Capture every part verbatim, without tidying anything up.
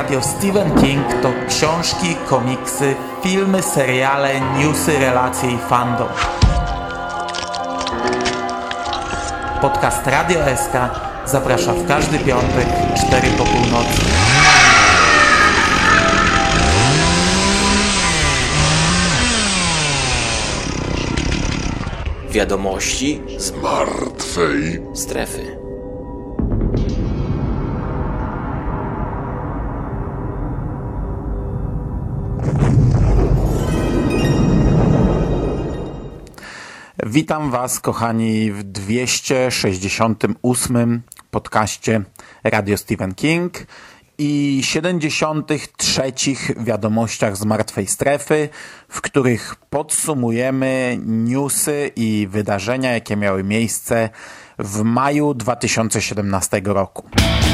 Radio Stephen King to książki, komiksy, filmy, seriale, newsy, relacje i fandom. Podcast Radio S K zaprasza w każdy piątek, cztery po północy. Wiadomości z martwej strefy. Witam Was, kochani, w dwieście sześćdziesiątym ósmym podcaście Radio Stephen King i siedemdziesiątych trzecich wiadomościach z martwej strefy, w których podsumujemy newsy i wydarzenia, jakie miały miejsce w maju dwa tysiące siedemnastego roku.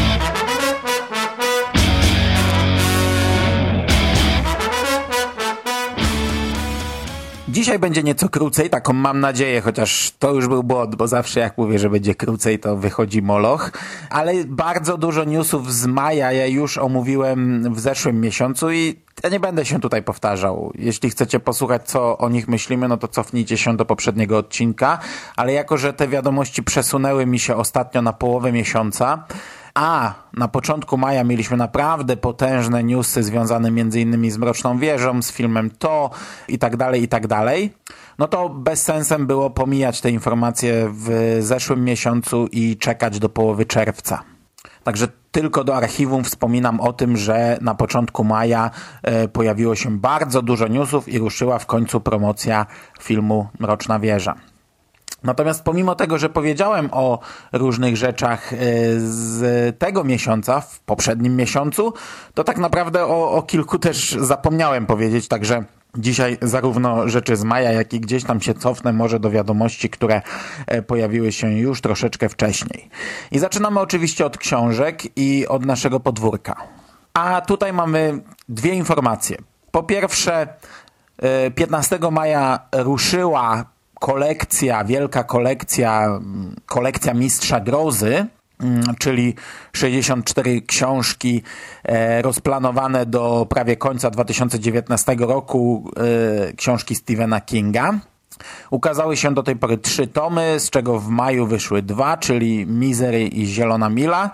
Dzisiaj będzie nieco krócej, taką mam nadzieję, chociaż to już był błąd, bo zawsze jak mówię, że będzie krócej, to wychodzi moloch. Ale bardzo dużo newsów z maja ja już omówiłem w zeszłym miesiącu i ja nie będę się tutaj powtarzał. Jeśli chcecie posłuchać, co o nich myślimy, no to cofnijcie się do poprzedniego odcinka. Ale jako, że te wiadomości przesunęły mi się ostatnio na połowę miesiąca, a na początku maja mieliśmy naprawdę potężne newsy związane między innymi z Mroczną Wieżą, z filmem To i tak dalej, i tak dalej, no to bez sensem było pomijać te informacje w zeszłym miesiącu i czekać do połowy czerwca. Także tylko do archiwum wspominam o tym, że na początku maja e, pojawiło się bardzo dużo newsów i ruszyła w końcu promocja filmu Mroczna Wieża. Natomiast pomimo tego, że powiedziałem o różnych rzeczach z tego miesiąca, w poprzednim miesiącu, to tak naprawdę o, o kilku też zapomniałem powiedzieć, także dzisiaj zarówno rzeczy z maja, jak i gdzieś tam się cofnę może do wiadomości, które pojawiły się już troszeczkę wcześniej. I zaczynamy oczywiście od książek i od naszego podwórka. A tutaj mamy dwie informacje. Po pierwsze, piętnastego maja ruszyła kolekcja, wielka kolekcja, kolekcja Mistrza Grozy, czyli sześćdziesiąt cztery książki rozplanowane do prawie końca dwa tysiące dziewiętnastego roku, książki Stephena Kinga. Ukazały się do tej pory trzy tomy, z czego w maju wyszły dwa, czyli Misery i Zielona Mila.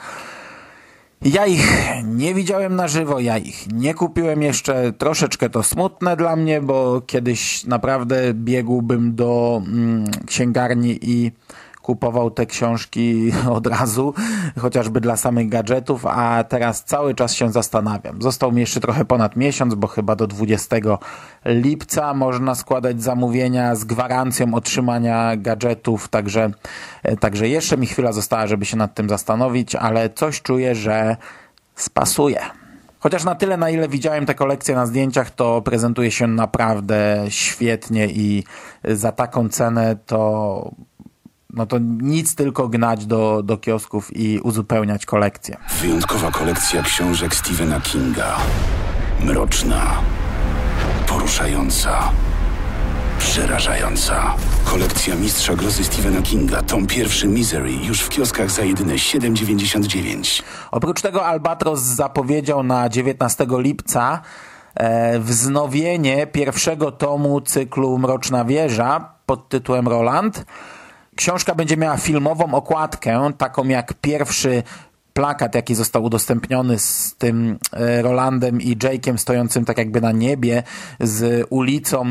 Ja ich nie widziałem na żywo, ja ich nie kupiłem jeszcze, troszeczkę to smutne dla mnie, bo kiedyś naprawdę biegłbym do mm, księgarni i kupował te książki od razu, chociażby dla samych gadżetów, a teraz cały czas się zastanawiam. Został mi jeszcze trochę ponad miesiąc, bo chyba do dwudziestego lipca można składać zamówienia z gwarancją otrzymania gadżetów, także, także jeszcze mi chwila została, żeby się nad tym zastanowić, ale coś czuję, że spasuje. Chociaż na tyle, na ile widziałem te kolekcje na zdjęciach, to prezentuje się naprawdę świetnie i za taką cenę to... no to nic, tylko gnać do, do kiosków i uzupełniać kolekcję. Wyjątkowa kolekcja książek Stephena Kinga. Mroczna, poruszająca, przerażająca. Kolekcja Mistrza Grozy Stephena Kinga, tom pierwszy Misery, już w kioskach za jedyne siedem dziewięćdziesiąt dziewięć. Oprócz tego Albatros zapowiedział na dziewiętnastego lipca e, wznowienie pierwszego tomu cyklu Mroczna Wieża pod tytułem Roland. Książka będzie miała filmową okładkę, taką jak pierwszy plakat, jaki został udostępniony z tym Rolandem i Jake'em stojącym tak jakby na niebie, z ulicą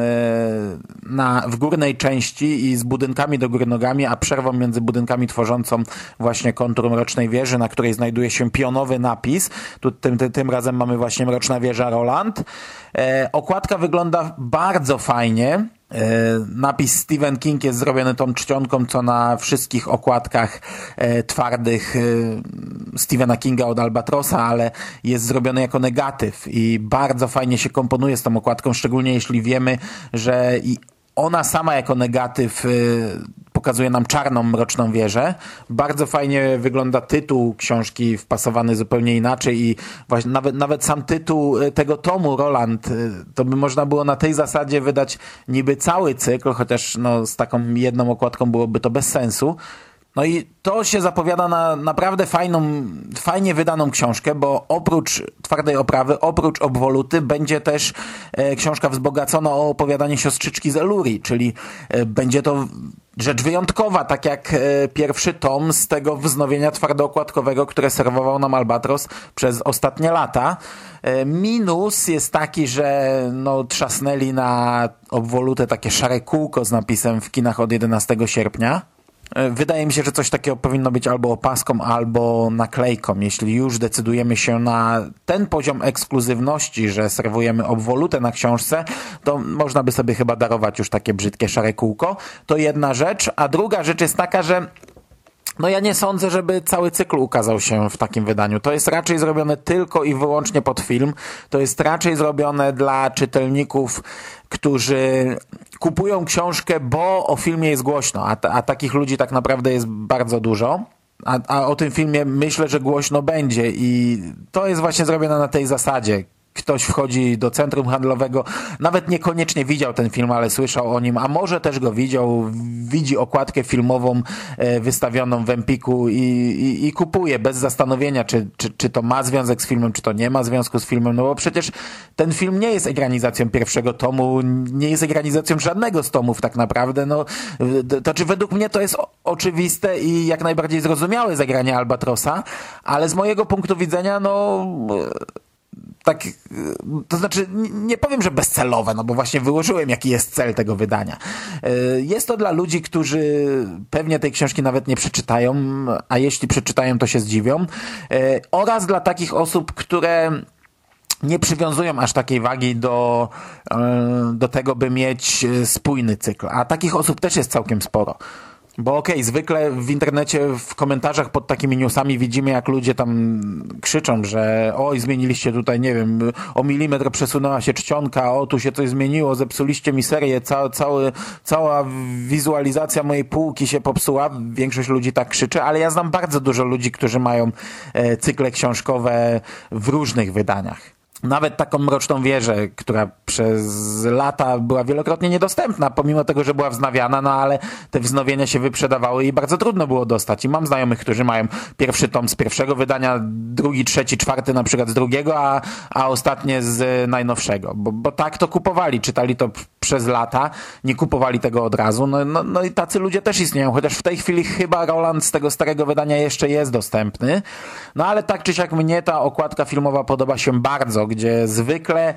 na, w górnej części i z budynkami do góry nogami, a przerwą między budynkami tworzącą właśnie kontur Mrocznej Wieży, na której znajduje się pionowy napis. Tu, tym, tym, tym razem mamy właśnie Mroczna Wieża Roland. E, okładka wygląda bardzo fajnie. Napis Stephen King jest zrobiony tą czcionką, co na wszystkich okładkach e, twardych e, Stephena Kinga od Albatrosa, ale jest zrobiony jako negatyw i bardzo fajnie się komponuje z tą okładką, szczególnie jeśli wiemy, że i ona sama jako negatyw y, pokazuje nam czarną Mroczną Wieżę. Bardzo fajnie wygląda tytuł książki, wpasowany zupełnie inaczej i właśnie nawet, nawet sam tytuł tego tomu, Roland, y, to by można było na tej zasadzie wydać niby cały cykl, chociaż no, z taką jedną okładką byłoby to bez sensu. No i to się zapowiada na naprawdę fajną, fajnie wydaną książkę, bo oprócz twardej oprawy, oprócz obwoluty będzie też e, książka wzbogacona o opowiadanie siostrzyczki z Elurii, czyli e, będzie to rzecz wyjątkowa, tak jak e, pierwszy tom z tego wznowienia twardookładkowego, które serwował nam Albatros przez ostatnie lata. E, minus jest taki, że no, trzasnęli na obwolutę takie szare kółko z napisem w kinach od jedenastego sierpnia. Wydaje mi się, że coś takiego powinno być albo opaską, albo naklejką. Jeśli już decydujemy się na ten poziom ekskluzywności, że serwujemy obwolutę na książce, to można by sobie chyba darować już takie brzydkie szare kółko. To jedna rzecz. A druga rzecz jest taka, że no ja nie sądzę, żeby cały cykl ukazał się w takim wydaniu. To jest raczej zrobione tylko i wyłącznie pod film. To jest raczej zrobione dla czytelników, którzy kupują książkę, bo o filmie jest głośno, a, a takich ludzi tak naprawdę jest bardzo dużo. A, a o tym filmie myślę, że głośno będzie i to jest właśnie zrobione na tej zasadzie. Ktoś wchodzi do centrum handlowego, nawet niekoniecznie widział ten film, ale słyszał o nim, a może też go widział, widzi okładkę filmową e, wystawioną w Empiku i, i, i kupuje bez zastanowienia, czy, czy, czy to ma związek z filmem, czy to nie ma związku z filmem, no bo przecież ten film nie jest ekranizacją pierwszego tomu, nie jest ekranizacją żadnego z tomów tak naprawdę, no to czy według mnie to jest o, oczywiste i jak najbardziej zrozumiałe zagranie Albatrosa, ale z mojego punktu widzenia, no tak, to znaczy nie powiem, że bezcelowe, no bo właśnie wyłożyłem, jaki jest cel tego wydania. Jest to dla ludzi, którzy pewnie tej książki nawet nie przeczytają, a jeśli przeczytają, to się zdziwią, oraz dla takich osób, które nie przywiązują aż takiej wagi do, do tego, by mieć spójny cykl, a takich osób też jest całkiem sporo. Bo okej, okay, zwykle w internecie w komentarzach pod takimi newsami widzimy, jak ludzie tam krzyczą, że oj, zmieniliście tutaj, nie wiem, o milimetr przesunęła się czcionka, o, tu się coś zmieniło, zepsuliście mi serię, ca, cały, cała wizualizacja mojej półki się popsuła. Większość ludzi tak krzyczy, ale ja znam bardzo dużo ludzi, którzy mają e, cykle książkowe w różnych wydaniach. Nawet taką Mroczną Wieżę, która przez lata była wielokrotnie niedostępna, pomimo tego, że była wznawiana, no ale te wznowienia się wyprzedawały i bardzo trudno było dostać. I mam znajomych, którzy mają pierwszy tom z pierwszego wydania, drugi, trzeci, czwarty na przykład z drugiego, a, a ostatnie z najnowszego. Bo, bo tak to kupowali, czytali to przez lata, nie kupowali tego od razu. No, no, no i tacy ludzie też istnieją, chociaż w tej chwili chyba Roland z tego starego wydania jeszcze jest dostępny. No ale tak czy siak mnie ta okładka filmowa podoba się bardzo, gdzie zwykle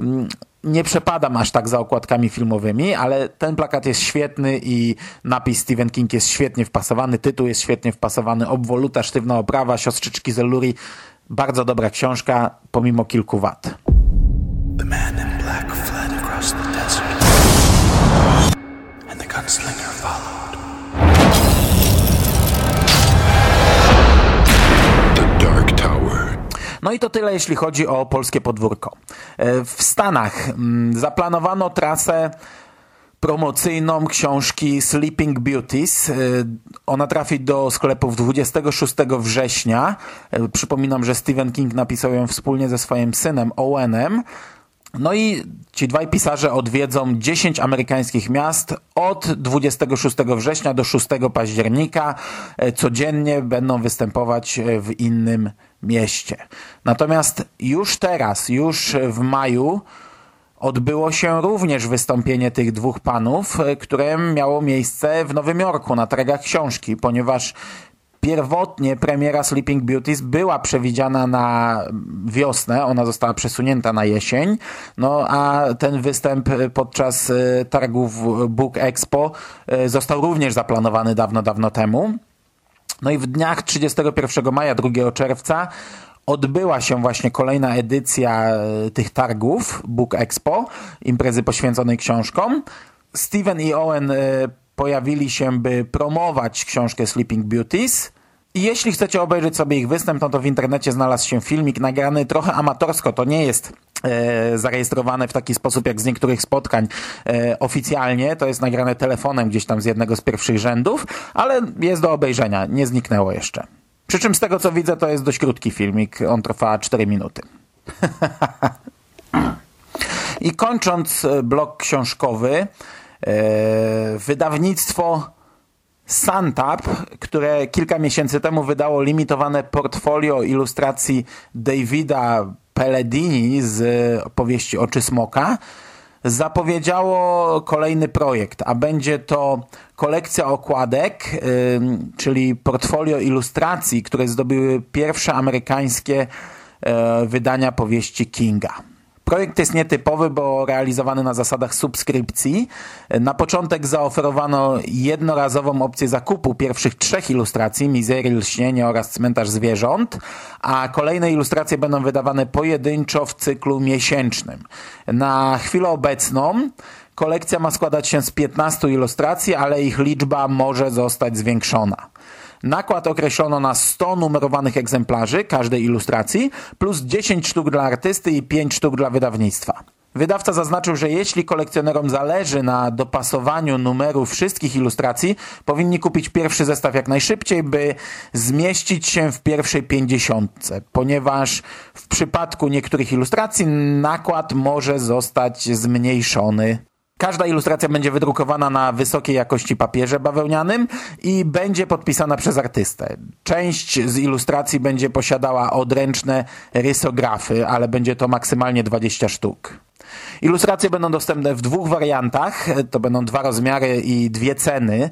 nie przepadam aż tak za okładkami filmowymi, ale ten plakat jest świetny i napis Stephen King jest świetnie wpasowany, tytuł jest świetnie wpasowany, obwoluta, sztywna oprawa, siostrzyczki z Elurii. Bardzo dobra książka, pomimo kilku wad. The man in black fled across the desert and the gunslinger followed. The Dark Tower. No i to tyle, jeśli chodzi o polskie podwórko. W Stanach zaplanowano trasę promocyjną książki Sleeping Beauties. Ona trafi do sklepów dwudziestego szóstego września. Przypominam, że Stephen King napisał ją wspólnie ze swoim synem Owenem. No i ci dwaj pisarze odwiedzą dziesięć amerykańskich miast od dwudziestego szóstego września do szóstego października. Codziennie będą występować w innym mieście. Natomiast już teraz, już w maju odbyło się również wystąpienie tych dwóch panów, które miało miejsce w Nowym Jorku na targach książki, ponieważ pierwotnie premiera Sleeping Beauties była przewidziana na wiosnę, ona została przesunięta na jesień, no a ten występ podczas targów Book Expo został również zaplanowany dawno, dawno temu. No i w dniach trzydziestego pierwszego maja, drugiego czerwca odbyła się właśnie kolejna edycja tych targów Book Expo, imprezy poświęconej książkom. Steven i Owen pojawili się, by promować książkę Sleeping Beauties. I jeśli chcecie obejrzeć sobie ich występ, no to w internecie znalazł się filmik nagrany trochę amatorsko. To nie jest e, zarejestrowane w taki sposób jak z niektórych spotkań e, oficjalnie. To jest nagrane telefonem gdzieś tam z jednego z pierwszych rzędów, ale jest do obejrzenia. Nie zniknęło jeszcze. Przy czym z tego co widzę, to jest dość krótki filmik. On trwa cztery minuty. I kończąc blok książkowy, e, wydawnictwo Suntap, które kilka miesięcy temu wydało limitowane portfolio ilustracji Davida Pelledini z powieści Oczy Smoka, zapowiedziało kolejny projekt, a będzie to kolekcja okładek, yy, czyli portfolio ilustracji, które zdobyły pierwsze amerykańskie yy, wydania powieści Kinga. Projekt jest nietypowy, bo realizowany na zasadach subskrypcji. Na początek zaoferowano jednorazową opcję zakupu pierwszych trzech ilustracji, Misery, Lśnienie oraz Cmentarz Zwierząt, a kolejne ilustracje będą wydawane pojedynczo w cyklu miesięcznym. Na chwilę obecną kolekcja ma składać się z piętnastu ilustracji, ale ich liczba może zostać zwiększona. Nakład określono na sto numerowanych egzemplarzy każdej ilustracji, plus dziesięć sztuk dla artysty i pięć sztuk dla wydawnictwa. Wydawca zaznaczył, że jeśli kolekcjonerom zależy na dopasowaniu numerów wszystkich ilustracji, powinni kupić pierwszy zestaw jak najszybciej, by zmieścić się w pierwszej pięćdziesiątce, ponieważ w przypadku niektórych ilustracji nakład może zostać zmniejszony. Każda ilustracja będzie wydrukowana na wysokiej jakości papierze bawełnianym i będzie podpisana przez artystę. Część z ilustracji będzie posiadała odręczne rysografy, ale będzie to maksymalnie dwadzieścia sztuk. Ilustracje będą dostępne w dwóch wariantach, to będą dwa rozmiary i dwie ceny.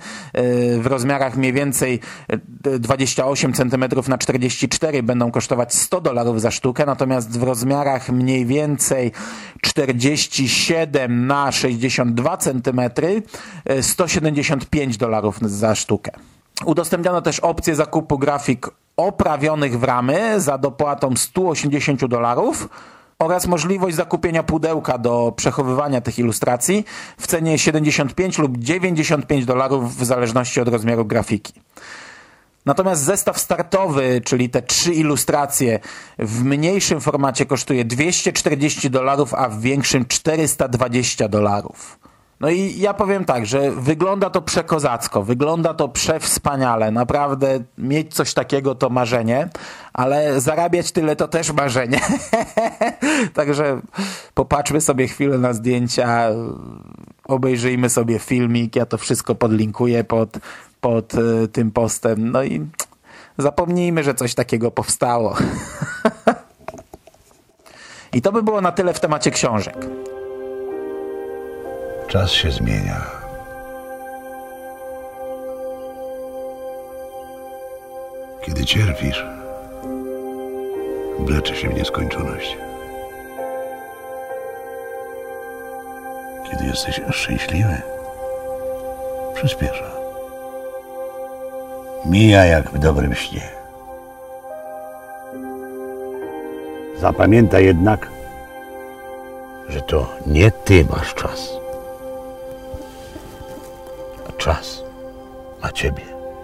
W rozmiarach mniej więcej dwadzieścia osiem centymetrów na czterdzieści cztery będą kosztować sto dolarów za sztukę, natomiast w rozmiarach mniej więcej czterdzieści siedem na sześćdziesiąt dwa centymetry sto siedemdziesiąt pięć dolarów za sztukę. Udostępniono też opcję zakupu grafik oprawionych w ramy za dopłatą sto osiemdziesiąt dolarów oraz możliwość zakupienia pudełka do przechowywania tych ilustracji w cenie siedemdziesiąt pięć lub dziewięćdziesiąt pięć dolarów w zależności od rozmiaru grafiki. Natomiast zestaw startowy, czyli te trzy ilustracje w mniejszym formacie kosztuje dwieście czterdzieści dolarów, a w większym czterysta dwadzieścia dolarów. No i ja powiem tak, że wygląda to przekozacko, wygląda to przewspaniale, naprawdę mieć coś takiego to marzenie, ale zarabiać tyle to też marzenie. Także popatrzmy sobie chwilę na zdjęcia, obejrzyjmy sobie filmik, ja to wszystko podlinkuję pod, pod y, tym postem, no i zapomnijmy, że coś takiego powstało. I to by było na tyle w temacie książek. Czas się zmienia. Kiedy cierpisz, wlecze się w nieskończoność. Kiedy jesteś szczęśliwy, przyspiesza. Mija jak w dobrym śnie. Zapamiętaj jednak, że to nie ty masz czas. Czas ma ciebie.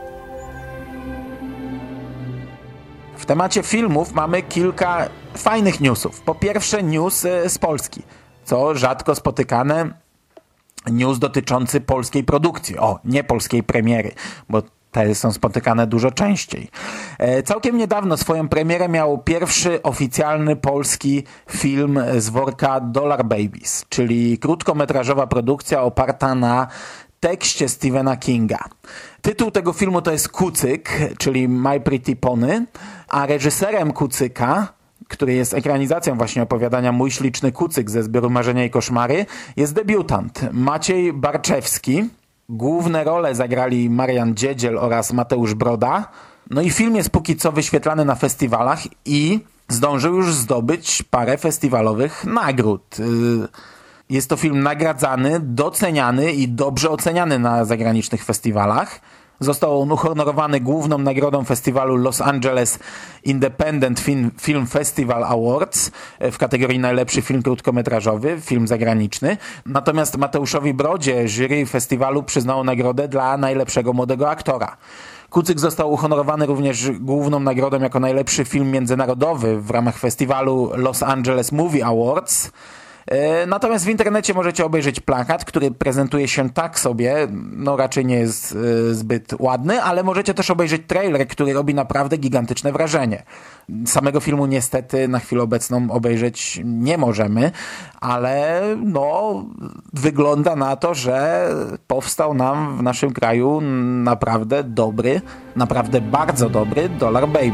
W temacie filmów mamy kilka fajnych newsów. Po pierwsze news z Polski, co rzadko spotykane, news dotyczący polskiej produkcji. O, nie polskiej premiery, bo te są spotykane dużo częściej. E, całkiem niedawno swoją premierę miał pierwszy oficjalny polski film z worka Dollar Babies, czyli krótkometrażowa produkcja oparta na tekście Stephena Kinga. Tytuł tego filmu to jest Kucyk, czyli My Pretty Pony, a reżyserem Kucyka, który jest ekranizacją właśnie opowiadania Mój śliczny kucyk ze zbioru Marzenia i koszmary, jest debiutant Maciej Barczewski. Główne role zagrali Marian Dziedziel oraz Mateusz Broda. No i film jest póki co wyświetlany na festiwalach i zdążył już zdobyć parę festiwalowych nagród. Jest to film nagradzany, doceniany i dobrze oceniany na zagranicznych festiwalach. Został on uhonorowany główną nagrodą festiwalu Los Angeles Independent Film, Film Festival Awards w kategorii najlepszy film krótkometrażowy, film zagraniczny. Natomiast Mateuszowi Brodzie jury festiwalu przyznało nagrodę dla najlepszego młodego aktora. Kucyk został uhonorowany również główną nagrodą jako najlepszy film międzynarodowy w ramach festiwalu Los Angeles Movie Awards. Natomiast w internecie możecie obejrzeć plakat, który prezentuje się tak sobie, no raczej nie jest zbyt ładny, ale możecie też obejrzeć trailer, który robi naprawdę gigantyczne wrażenie. Samego filmu niestety na chwilę obecną obejrzeć nie możemy, ale no wygląda na to, że powstał nam w naszym kraju naprawdę dobry, naprawdę bardzo dobry Dollar Baby.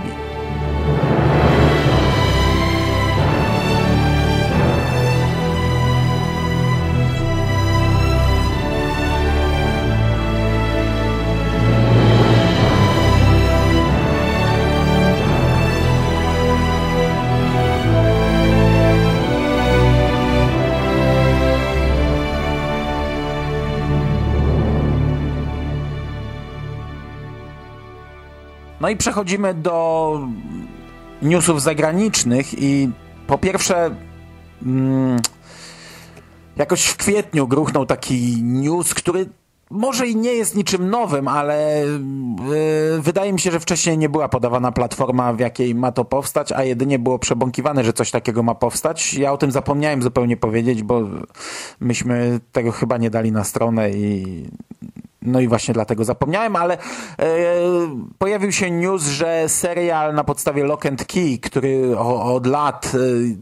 No i przechodzimy do newsów zagranicznych i po pierwsze mm, jakoś w kwietniu gruchnął taki news, który może i nie jest niczym nowym, ale yy, wydaje mi się, że wcześniej nie była podawana platforma, w jakiej ma to powstać, a jedynie było przebąkiwane, że coś takiego ma powstać. Ja o tym zapomniałem zupełnie powiedzieć, bo myśmy tego chyba nie dali na stronę i no i właśnie dlatego zapomniałem, ale e, pojawił się news, że serial na podstawie Lock and Key, który o, od lat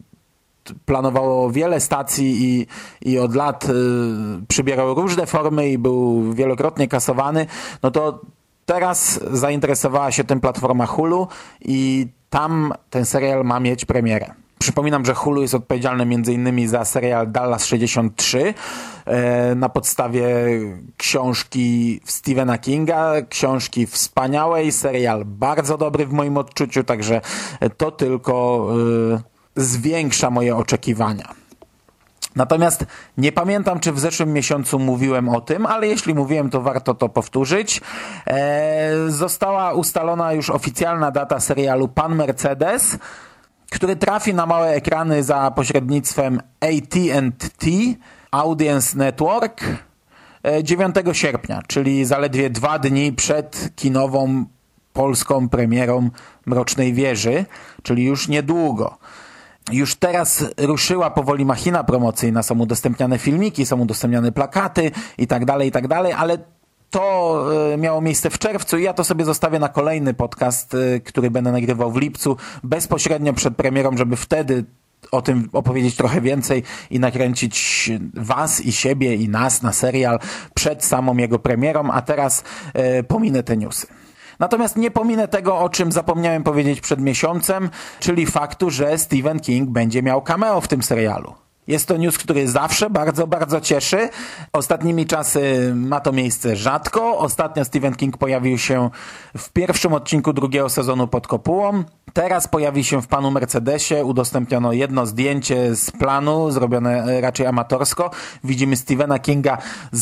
e, planowało wiele stacji i, i od lat e, przybierał różne formy i był wielokrotnie kasowany, no to teraz zainteresowała się tym platforma Hulu i tam ten serial ma mieć premierę. Przypominam, że Hulu jest odpowiedzialne między innymi za serial Dallas sześćdziesiąt trzy e, na podstawie książki Stephena Kinga, książki wspaniałej, serial bardzo dobry w moim odczuciu, także to tylko e, zwiększa moje oczekiwania. Natomiast nie pamiętam, czy w zeszłym miesiącu mówiłem o tym, ale jeśli mówiłem, to warto to powtórzyć. E, została ustalona już oficjalna data serialu Pan Mercedes, który trafi na małe ekrany za pośrednictwem A T and T Audience Network dziewiątego sierpnia, czyli zaledwie dwa dni przed kinową polską premierą Mrocznej Wieży, czyli już niedługo. Już teraz ruszyła powoli machina promocyjna, są udostępniane filmiki, są udostępniane plakaty i tak dalej, i tak dalej, ale to miało miejsce w czerwcu i ja to sobie zostawię na kolejny podcast, który będę nagrywał w lipcu, bezpośrednio przed premierą, żeby wtedy o tym opowiedzieć trochę więcej i nakręcić was i siebie i nas na serial przed samą jego premierą, a teraz e, pominę te newsy. Natomiast nie pominę tego, o czym zapomniałem powiedzieć przed miesiącem, czyli faktu, że Stephen King będzie miał cameo w tym serialu. Jest to news, który zawsze bardzo, bardzo cieszy. Ostatnimi czasy ma to miejsce rzadko. Ostatnio Stephen King pojawił się w pierwszym odcinku drugiego sezonu Pod kopułą. Teraz pojawi się w Panu Mercedesie. Udostępniono jedno zdjęcie z planu, zrobione raczej amatorsko. Widzimy Stephena Kinga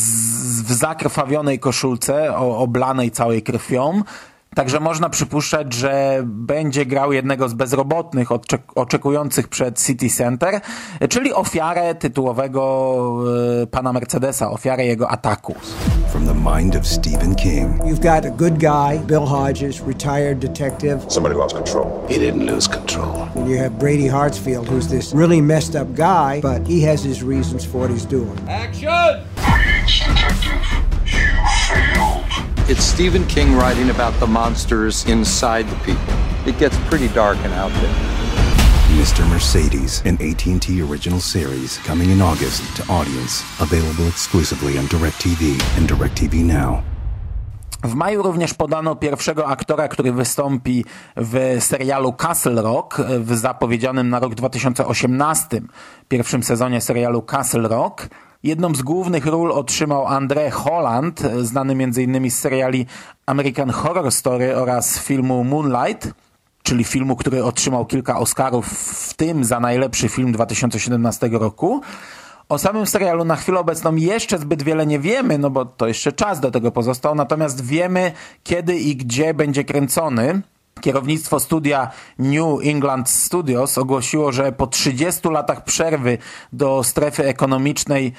z, w zakrwawionej koszulce, o, oblanej całej krwią. Także można przypuszczać, że będzie grał jednego z bezrobotnych oczekujących przed City Center, czyli ofiarę tytułowego y, pana Mercedesa, ofiarę jego ataku. From the mind of Stephen King. You've got a good guy, Bill Hodges, retired detective. Somebody lost control. He didn't lose control. And you have Brady Hartsfield, who's this really messed up guy, but he has his reasons for what he's doing. Action! Please, detective, you failed. It's Stephen King writing about the monsters inside the people. It gets pretty dark and out there. Mister Mercedes, an A T and T original series coming in August to audience. Available exclusively on DirecTV and DirecTV Now. W maju również podano pierwszego aktora, który wystąpi w serialu Castle Rock, w zapowiedzianym na rok dwa tysiące osiemnasty pierwszym sezonie serialu Castle Rock. Jedną z głównych ról otrzymał Andre Holland, znany między innymi z seriali American Horror Story oraz filmu Moonlight, czyli filmu, który otrzymał kilka Oscarów, w tym za najlepszy film dwa tysiące siedemnastego roku. O samym serialu na chwilę obecną jeszcze zbyt wiele nie wiemy, no bo to jeszcze czas do tego pozostał, natomiast wiemy, kiedy i gdzie będzie kręcony. Kierownictwo studia New England Studios ogłosiło, że po trzydziestu latach przerwy do strefy ekonomicznej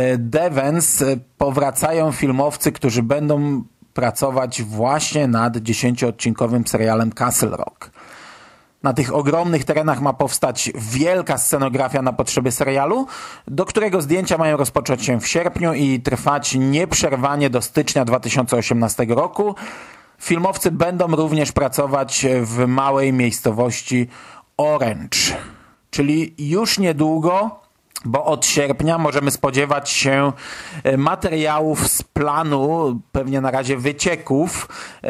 Devens powracają filmowcy, którzy będą pracować właśnie nad dziesięcioodcinkowym serialem Castle Rock. Na tych ogromnych terenach ma powstać wielka scenografia na potrzeby serialu, do którego zdjęcia mają rozpocząć się w sierpniu i trwać nieprzerwanie do stycznia dwa tysiące osiemnastego roku. Filmowcy będą również pracować w małej miejscowości Orange, czyli już niedługo, bo od sierpnia możemy spodziewać się materiałów z planu, pewnie na razie wycieków,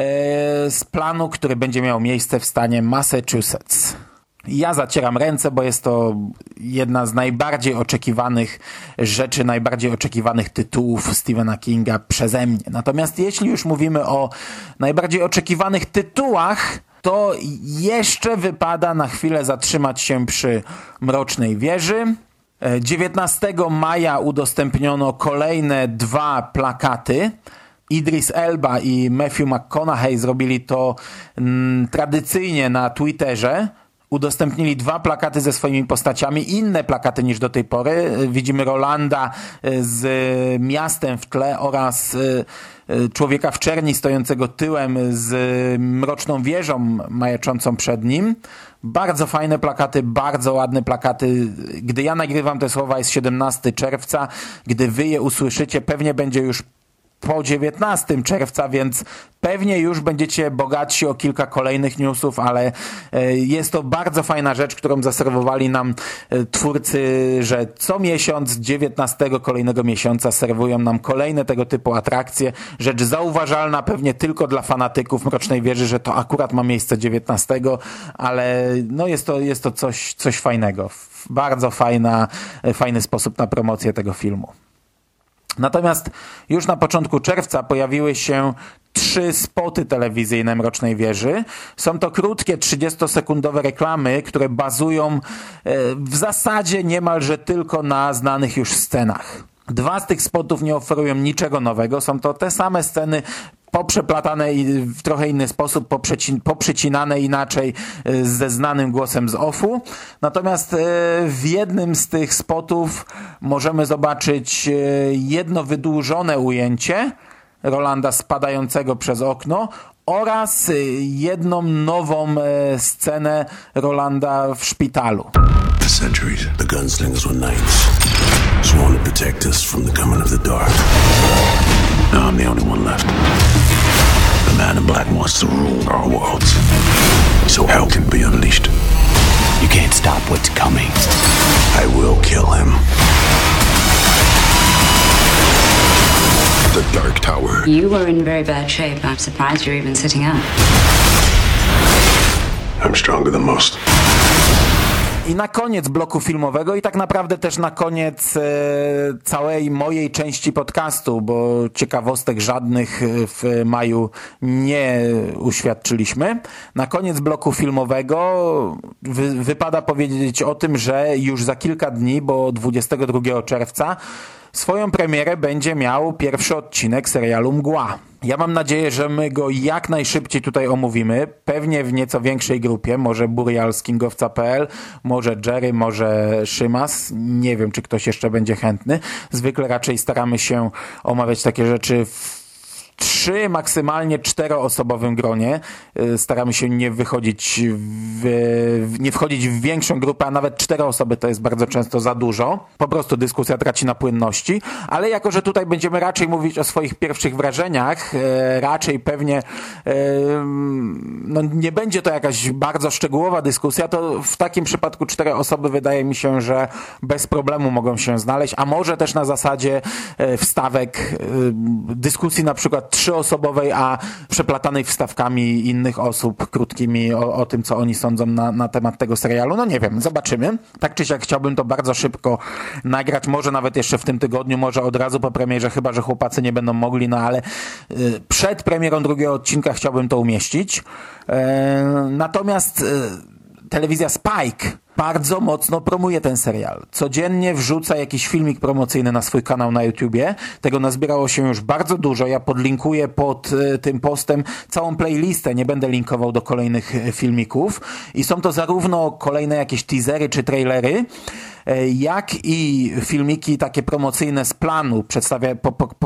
z planu, który będzie miał miejsce w stanie Massachusetts. Ja zacieram ręce, bo jest to jedna z najbardziej oczekiwanych rzeczy, najbardziej oczekiwanych tytułów Stephena Kinga przeze mnie. Natomiast jeśli już mówimy o najbardziej oczekiwanych tytułach, to jeszcze wypada na chwilę zatrzymać się przy Mrocznej Wieży. dziewiętnastego maja udostępniono kolejne dwa plakaty. Idris Elba i Matthew McConaughey zrobili to mm, tradycyjnie na Twitterze. Udostępnili dwa plakaty ze swoimi postaciami, inne plakaty niż do tej pory. Widzimy Rolanda z miastem w tle oraz człowieka w czerni stojącego tyłem z mroczną wieżą majaczącą przed nim. Bardzo fajne plakaty, bardzo ładne plakaty. Gdy ja nagrywam te słowa, jest siedemnastego czerwca. Gdy wy je usłyszycie, pewnie będzie już po dziewiętnastego czerwca, więc pewnie już będziecie bogatsi o kilka kolejnych newsów, ale jest to bardzo fajna rzecz, którą zaserwowali nam twórcy, że co miesiąc, dziewiętnastego kolejnego miesiąca serwują nam kolejne tego typu atrakcje. Rzecz zauważalna pewnie tylko dla fanatyków Mrocznej Wieży, że to akurat ma miejsce dziewiętnastego, ale no jest to, jest to coś, coś fajnego. Bardzo fajna, fajny sposób na promocję tego filmu. Natomiast już na początku czerwca pojawiły się trzy spoty telewizyjne Mrocznej Wieży. Są to krótkie, trzydziestosekundowe reklamy, które bazują w zasadzie niemalże tylko na znanych już scenach. Dwa z tych spotów nie oferują niczego nowego. Są to te same sceny poprzeplatane i w trochę inny sposób, poprzeci, poprzecinane inaczej ze znanym głosem z offu. Natomiast w jednym z tych spotów możemy zobaczyć jedno wydłużone ujęcie Rolanda spadającego przez okno oraz jedną nową scenę Rolanda w szpitalu. For centuries, the gunslingers were knights, sworn to protect us from the coming of the dark. Now I'm the only one left. The man in black wants to rule our worlds, so hell can be unleashed. You can't stop what's coming. I will kill him. The Dark Tower. You were in very bad shape. I'm surprised you're even sitting up. I'm stronger than most. I na koniec bloku filmowego i tak naprawdę też na koniec e, całej mojej części podcastu, bo ciekawostek żadnych w maju nie uświadczyliśmy. Na koniec bloku filmowego wy, wypada powiedzieć o tym, że już za kilka dni, bo dwudziestego drugiego czerwca swoją premierę będzie miał pierwszy odcinek serialu Mgła. Ja mam nadzieję, że my go jak najszybciej tutaj omówimy, pewnie w nieco większej grupie, może Burial z kingowca kropka p l, może Jerry, może Szymas, nie wiem, czy ktoś jeszcze będzie chętny. Zwykle raczej staramy się omawiać takie rzeczy w trzy, maksymalnie czteroosobowym gronie. Staramy się nie wychodzić w, nie wchodzić w większą grupę, a nawet cztery osoby to jest bardzo często za dużo. Po prostu dyskusja traci na płynności, ale jako, że tutaj będziemy raczej mówić o swoich pierwszych wrażeniach, raczej pewnie no nie będzie to jakaś bardzo szczegółowa dyskusja, to w takim przypadku cztery osoby wydaje mi się, że bez problemu mogą się znaleźć, a może też na zasadzie wstawek dyskusji na przykład trzyosobowej, a przeplatanej wstawkami innych osób krótkimi o, o tym, co oni sądzą na, na temat tego serialu. No nie wiem, zobaczymy. Tak czy siak chciałbym to bardzo szybko nagrać, może nawet jeszcze w tym tygodniu, może od razu po premierze, chyba że chłopacy nie będą mogli, no ale y, przed premierą drugiego odcinka chciałbym to umieścić. Y, natomiast y, telewizja Spike bardzo mocno promuje ten serial. Codziennie wrzuca jakiś filmik promocyjny na swój kanał na YouTubie. Tego nazbierało się już bardzo dużo. Ja podlinkuję pod y, tym postem całą playlistę. Nie będę linkował do kolejnych filmików. I są to zarówno kolejne jakieś teasery czy trailery, jak i filmiki takie promocyjne z planu, przedstawia, po, po,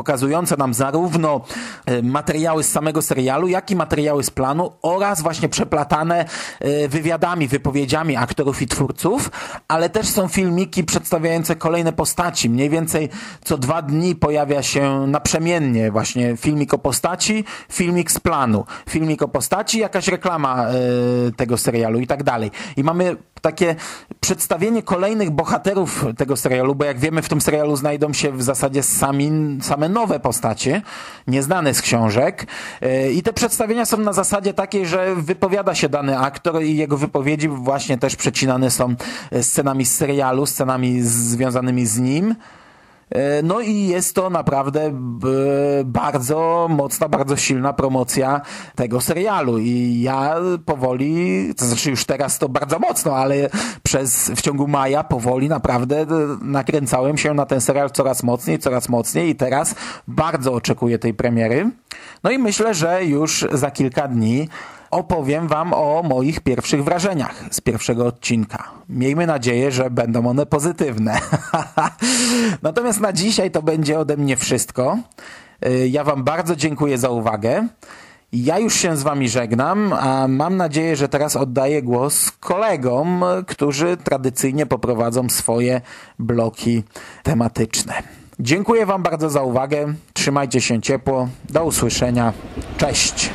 pokazujące nam zarówno materiały z samego serialu, jak i materiały z planu oraz właśnie przeplatane wywiadami, wypowiedziami aktorów i twórców, ale też są filmiki przedstawiające kolejne postaci. Mniej więcej co dwa dni pojawia się naprzemiennie właśnie filmik o postaci, filmik z planu, filmik o postaci, jakaś reklama y, tego serialu i tak dalej. I mamy takie przedstawienie kolejnych bohaterów tego serialu, bo jak wiemy, w tym serialu znajdą się w zasadzie sami, same nowe postacie, nieznane z książek. Y, I te przedstawienia są na zasadzie takiej, że wypowiada się dany aktor i jego wypowiedzi właśnie też przecinane są scenami z serialu, scenami związanymi z nim. No i jest to naprawdę bardzo mocna, bardzo silna promocja tego serialu i ja powoli, to znaczy już teraz to bardzo mocno, ale przez, w ciągu maja powoli naprawdę nakręcałem się na ten serial coraz mocniej, coraz mocniej i teraz bardzo oczekuję tej premiery. No i myślę, że już za kilka dni opowiem wam o moich pierwszych wrażeniach z pierwszego odcinka. Miejmy nadzieję, że będą one pozytywne. Natomiast na dzisiaj to będzie ode mnie wszystko. Ja wam bardzo dziękuję za uwagę. Ja już się z wami żegnam, a mam nadzieję, że teraz oddaję głos kolegom, którzy tradycyjnie poprowadzą swoje bloki tematyczne. Dziękuję wam bardzo za uwagę. Trzymajcie się ciepło. Do usłyszenia. Cześć.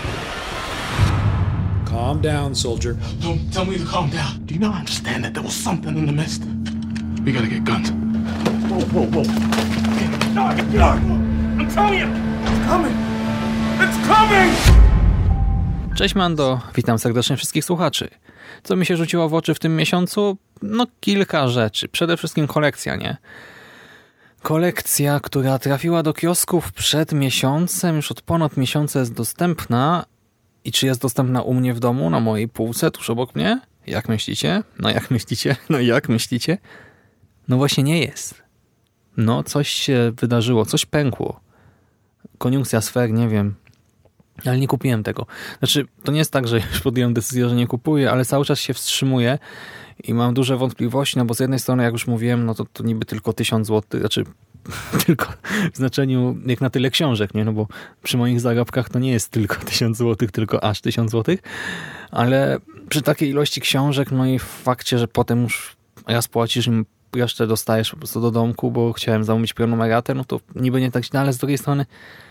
Calm down, soldier. Don't tell me to calm down. Do you not understand that there was something in the mist? We gotta get guns. Whoa, whoa, whoa. No, no. I'm telling you, it's coming. It's coming! Cześć Mando, witam serdecznie wszystkich słuchaczy. Co mi się rzuciło w oczy w tym miesiącu? No kilka rzeczy. Przede wszystkim kolekcja, nie? Kolekcja, która trafiła do kiosków przed miesiącem, już od ponad miesiąca jest dostępna. I czy jest dostępna u mnie w domu, na mojej półce, tuż obok mnie? Jak myślicie? No jak myślicie? No jak myślicie? No właśnie nie jest. No coś się wydarzyło, coś pękło. Koniunkcja sfer, nie wiem. Ale nie kupiłem tego. Znaczy, to nie jest tak, że już podjąłem decyzję, że nie kupuję, ale cały czas się wstrzymuję i mam duże wątpliwości, no bo z jednej strony, jak już mówiłem, no to, to niby tylko tysiąc złotych, znaczy tylko w znaczeniu jak na tyle książek, nie? No bo przy moich zarobkach to nie jest tylko tysiąc złotych, tylko aż tysiąc złotych, ale przy takiej ilości książek, no i w fakcie, że potem już raz płacisz im, resztę dostajesz po prostu do domku, bo chciałem zamówić prenumeratę, no to niby nie tak źle, ale z drugiej strony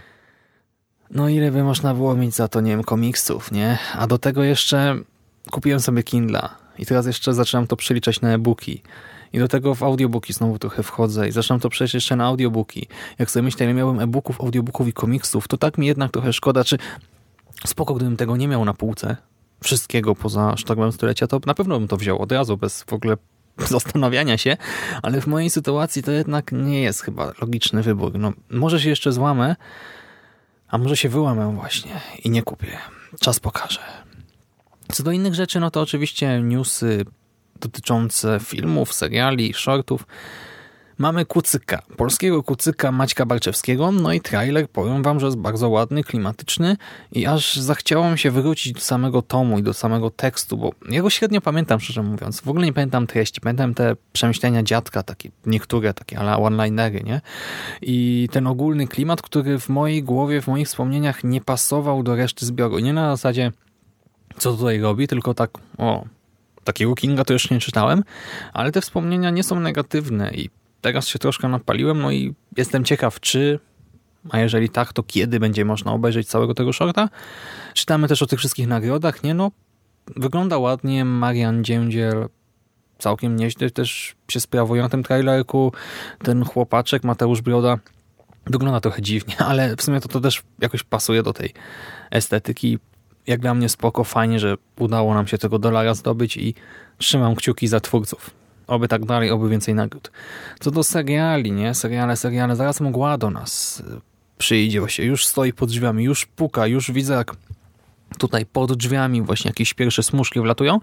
no ile by można było mieć za to, nie wiem, komiksów, nie? A do tego jeszcze kupiłem sobie Kindla i teraz jeszcze zaczynam to przeliczać na e-booki. I do tego w audiobooki znowu trochę wchodzę i zaczynam to przejść jeszcze na audiobooki. Jak sobie myślę, ile miałem e-booków, audiobooków i komiksów, to tak mi jednak trochę szkoda, czy spoko, gdybym tego nie miał na półce, wszystkiego poza Sztormem Stulecia, to na pewno bym to wziął od razu, bez w ogóle zastanawiania się, ale w mojej sytuacji to jednak nie jest chyba logiczny wybór. No, może się jeszcze złamę, a może się wyłamę właśnie i nie kupię. Czas pokaże. Co do innych rzeczy, no to oczywiście newsy dotyczące filmów, seriali, shortów. Mamy kucyka, polskiego kucyka Maćka Barczewskiego, no i trailer, powiem wam, że jest bardzo ładny, klimatyczny i aż zachciało mi się wrócić do samego tomu i do samego tekstu, bo ja go średnio pamiętam, szczerze mówiąc. W ogóle nie pamiętam treści, pamiętam te przemyślenia dziadka, takie niektóre takie ala one-linery, nie? I ten ogólny klimat, który w mojej głowie, w moich wspomnieniach nie pasował do reszty zbioru. Nie na zasadzie, co tutaj robi, tylko tak, o, takiego Kinga to już nie czytałem, ale te wspomnienia nie są negatywne i teraz się troszkę napaliłem, no i jestem ciekaw, czy, a jeżeli tak, to kiedy będzie można obejrzeć całego tego shorta. Czytamy też o tych wszystkich nagrodach, nie no, wygląda ładnie, Marian Dziędziel całkiem nieźle też się sprawuje na tym trailerku, ten chłopaczek Mateusz Broda wygląda trochę dziwnie, ale w sumie to, to też jakoś pasuje do tej estetyki. Jak dla mnie spoko, fajnie, że udało nam się tego dolara zdobyć i trzymam kciuki za twórców. Oby tak dalej, oby więcej nagród. Co do seriali, nie? Seriale, seriale. Zaraz mgła do nas przyjdzie właśnie. Już stoi pod drzwiami, już puka, już widzę, jak tutaj pod drzwiami właśnie jakieś pierwsze smuszki wlatują.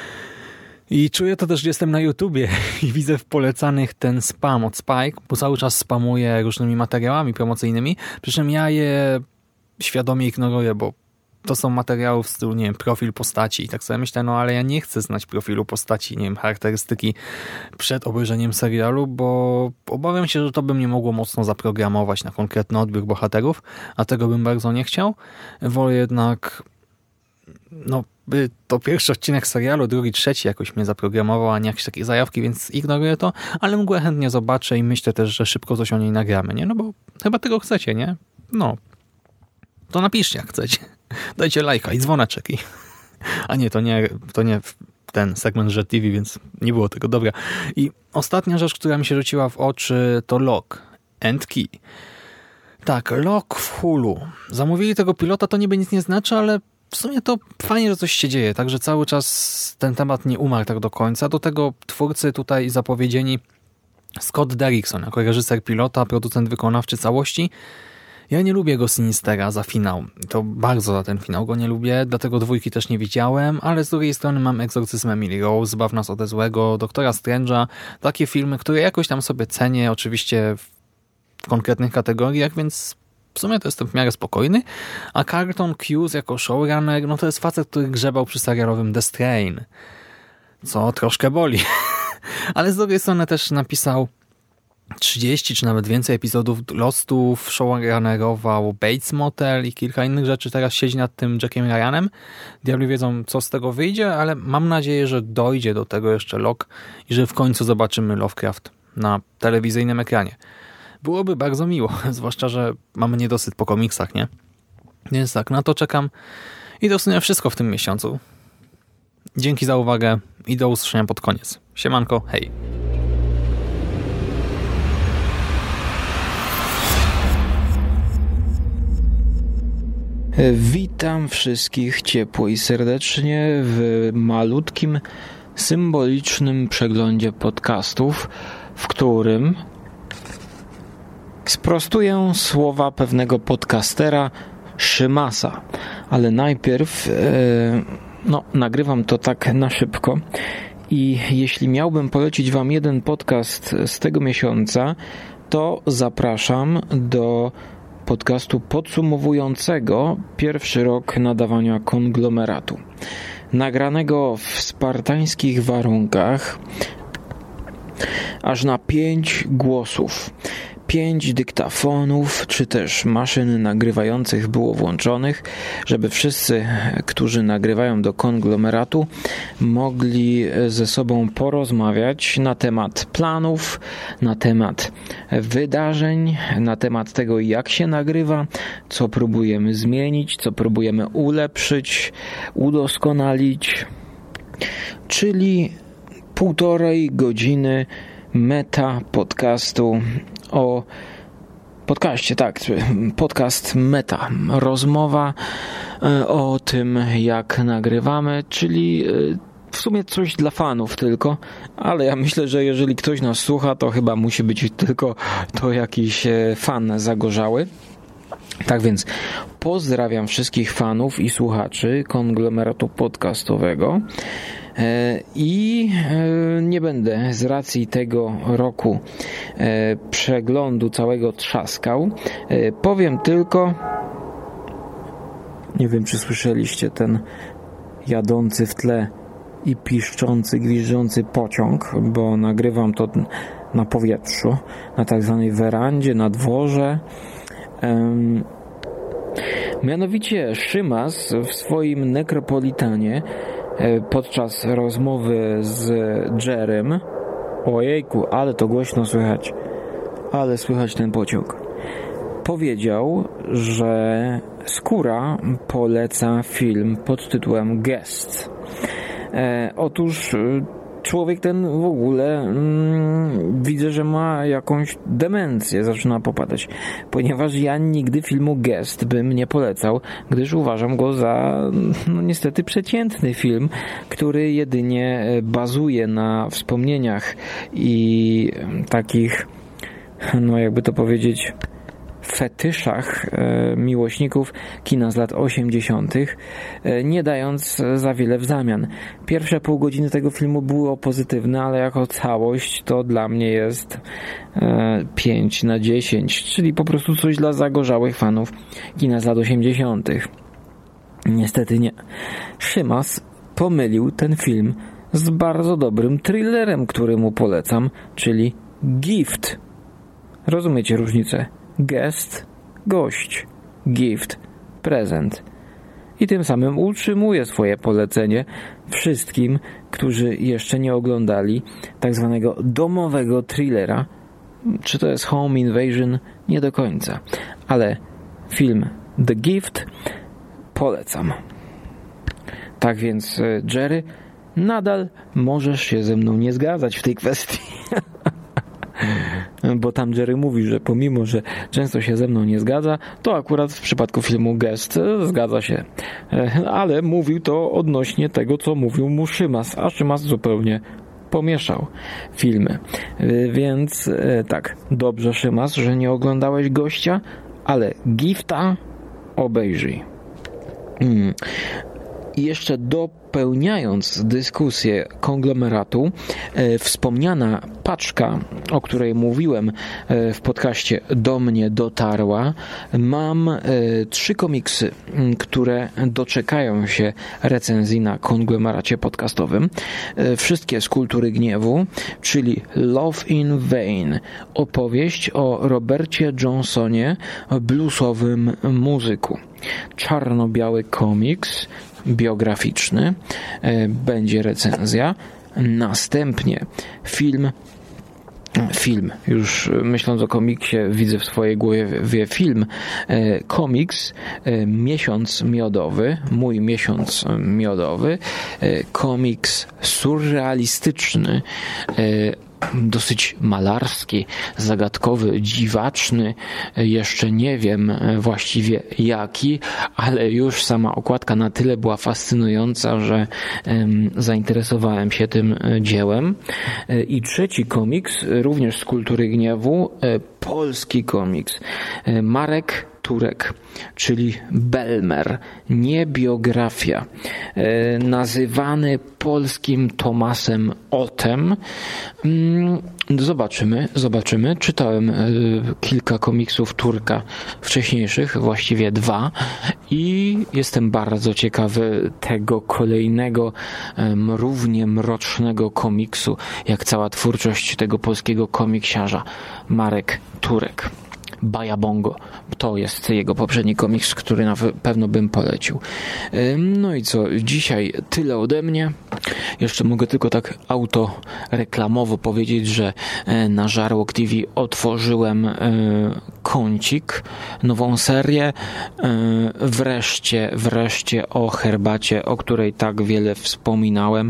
I czuję to też, że jestem na YouTubie i widzę w polecanych ten spam od Spike, bo cały czas spamuję różnymi materiałami promocyjnymi. Przy czym ja je świadomie ignoruję, bo to są materiały w stylu, nie wiem, profil postaci i tak sobie myślę, no ale ja nie chcę znać profilu postaci, nie wiem, charakterystyki przed obejrzeniem serialu, bo obawiam się, że to by mnie mogło mocno zaprogramować na konkretny odbiór bohaterów, a tego bym bardzo nie chciał. Wolę jednak no, by to pierwszy odcinek serialu, drugi, trzeci jakoś mnie zaprogramował, a nie jakieś takie zajawki, więc ignoruję to, ale mgłę chętnie zobaczę i myślę też, że szybko coś o niej nagramy, nie? No bo chyba tego chcecie, nie? No. To napiszcie, jak chcecie. Dajcie lajka i dzwoneczek. I... A nie, to nie, to nie ten segment Jet T V, więc nie było tego. Dobra. I ostatnia rzecz, która mi się rzuciła w oczy, to Lock and Key. Tak, Lock w Hulu. Zamówili tego pilota, to niby nic nie znaczy, ale w sumie to fajnie, że coś się dzieje, także cały czas ten temat nie umarł tak do końca. Do tego twórcy tutaj zapowiedzieni Scott Derrickson jako reżyser pilota, producent wykonawczy całości. Ja nie lubię go Sinistera za finał. To bardzo za ten finał go nie lubię, dlatego dwójki też nie widziałem, ale z drugiej strony mam Egzorcyzm Emily Rose, Zbaw nas ode złego, Doktora Strange'a, takie filmy, które jakoś tam sobie cenię, oczywiście w konkretnych kategoriach, więc w sumie to jestem w miarę spokojny, a Carlton Cuse jako showrunner, no to jest facet, który grzebał przy serialowym The Strain, co troszkę boli. Ale z drugiej strony też napisał trzydzieści czy nawet więcej epizodów Lostów, showrunnerował Bates Motel i kilka innych rzeczy. Teraz siedzi nad tym Jackiem Ryanem. Diabli wiedzą, co z tego wyjdzie, ale mam nadzieję, że dojdzie do tego jeszcze Lock i że w końcu zobaczymy Lovecraft na telewizyjnym ekranie. Byłoby bardzo miło, zwłaszcza, że mamy niedosyt po komiksach, nie? Więc tak, na to czekam i to w sumie wszystko w tym miesiącu. Dzięki za uwagę i do usłyszenia pod koniec. Siemanko, hej! Witam wszystkich ciepło i serdecznie w malutkim, symbolicznym przeglądzie podcastów, w którym sprostuję słowa pewnego podcastera Szymasa, ale najpierw e, no, nagrywam to tak na szybko i jeśli miałbym polecić wam jeden podcast z tego miesiąca, to zapraszam do podcastu podsumowującego pierwszy rok nadawania Konglomeratu. Nagranego w spartańskich warunkach aż na pięć głosów. Pięć dyktafonów, czy też maszyn nagrywających było włączonych, żeby wszyscy, którzy nagrywają do Konglomeratu, mogli ze sobą porozmawiać na temat planów, na temat wydarzeń, na temat tego, jak się nagrywa, co próbujemy zmienić, co próbujemy ulepszyć, udoskonalić, czyli półtorej godziny meta podcastu o podcaście, tak, podcast meta, rozmowa o tym, jak nagrywamy, czyli w sumie coś dla fanów tylko, ale ja myślę, że jeżeli ktoś nas słucha, to chyba musi być tylko to jakiś fan zagorzały. Tak więc pozdrawiam wszystkich fanów i słuchaczy Konglomeratu podcastowego. I nie będę z racji tego roku przeglądu całego trzaskał. Powiem tylko, nie wiem, czy słyszeliście ten jadący w tle i piszczący, gwiżdżący pociąg, bo nagrywam to na powietrzu, na tak zwanej werandzie, na dworze. Mianowicie Szymas w swoim Nekropolitanie podczas rozmowy z Jerem, ojejku, ale to głośno słychać, ale słychać ten pociąg, powiedział, że Skóra poleca film pod tytułem Guest. E, otóż człowiek ten w ogóle mm, widzę, że ma jakąś demencję, zaczyna popadać, ponieważ ja nigdy filmu Guest bym nie polecał, gdyż uważam go za no niestety przeciętny film, który jedynie bazuje na wspomnieniach i takich, no jakby to powiedzieć, fetyszach e, miłośników kina z lat osiemdziesiątych, e, nie dając za wiele w zamian. Pierwsze pół godziny tego filmu było pozytywne, ale jako całość to dla mnie jest e, pięć na dziesięć, czyli po prostu coś dla zagorzałych fanów kina z lat osiemdziesiątych. Niestety nie. Szymas pomylił ten film z bardzo dobrym thrillerem, który mu polecam, czyli Gift. Rozumiecie różnicę? Guest, gość. Gift, prezent. I tym samym utrzymuje swoje polecenie wszystkim, którzy jeszcze nie oglądali tak zwanego domowego thrillera. Czy to jest Home Invasion? Nie do końca. Ale film The Gift polecam. Tak więc, Jerry, nadal możesz się ze mną nie zgadzać w tej kwestii. Bo tam Jerry mówi, że pomimo, że często się ze mną nie zgadza, to akurat w przypadku filmu Guest zgadza się. Ale mówił to odnośnie tego, co mówił mu Szymas, a Szymas zupełnie pomieszał filmy. Więc tak, dobrze, Szymas, że nie oglądałeś Gościa, ale Gifta obejrzyj. Hmm. I jeszcze dopełniając dyskusję konglomeratu, e, wspomniana paczka, o której mówiłem e, w podcaście, do mnie dotarła. Mam e, trzy komiksy, m, które doczekają się recenzji na konglomeracie podcastowym. E, wszystkie z Kultury Gniewu, czyli Love in Vain, opowieść o Robercie Johnsonie, bluesowym muzyku. Czarno-biały komiks biograficzny, będzie recenzja, następnie film film, już myśląc o komiksie widzę w swojej głowie film, komiks Miesiąc Miodowy, mój Miesiąc Miodowy, komiks surrealistyczny, dosyć malarski, zagadkowy, dziwaczny, jeszcze nie wiem właściwie jaki, ale już sama okładka na tyle była fascynująca, że um, zainteresowałem się tym dziełem. I trzeci komiks, również z Kultury Gniewu, polski komiks, Marek Turek, czyli Belmer, nie biografia, e, nazywany polskim Tomasem Otem. Mm, zobaczymy, zobaczymy. Czytałem e, kilka komiksów Turka wcześniejszych, właściwie dwa, i jestem bardzo ciekawy tego kolejnego, e, równie mrocznego komiksu, jak cała twórczość tego polskiego komiksiarza, Marek Turek. Baja Bongo. To jest jego poprzedni komiks, który na pewno bym polecił. No i co? Dzisiaj tyle ode mnie. Jeszcze mogę tylko tak autoreklamowo powiedzieć, że na Żarłok T V otworzyłem kącik, nową serię. Wreszcie, wreszcie o herbacie, o której tak wiele wspominałem,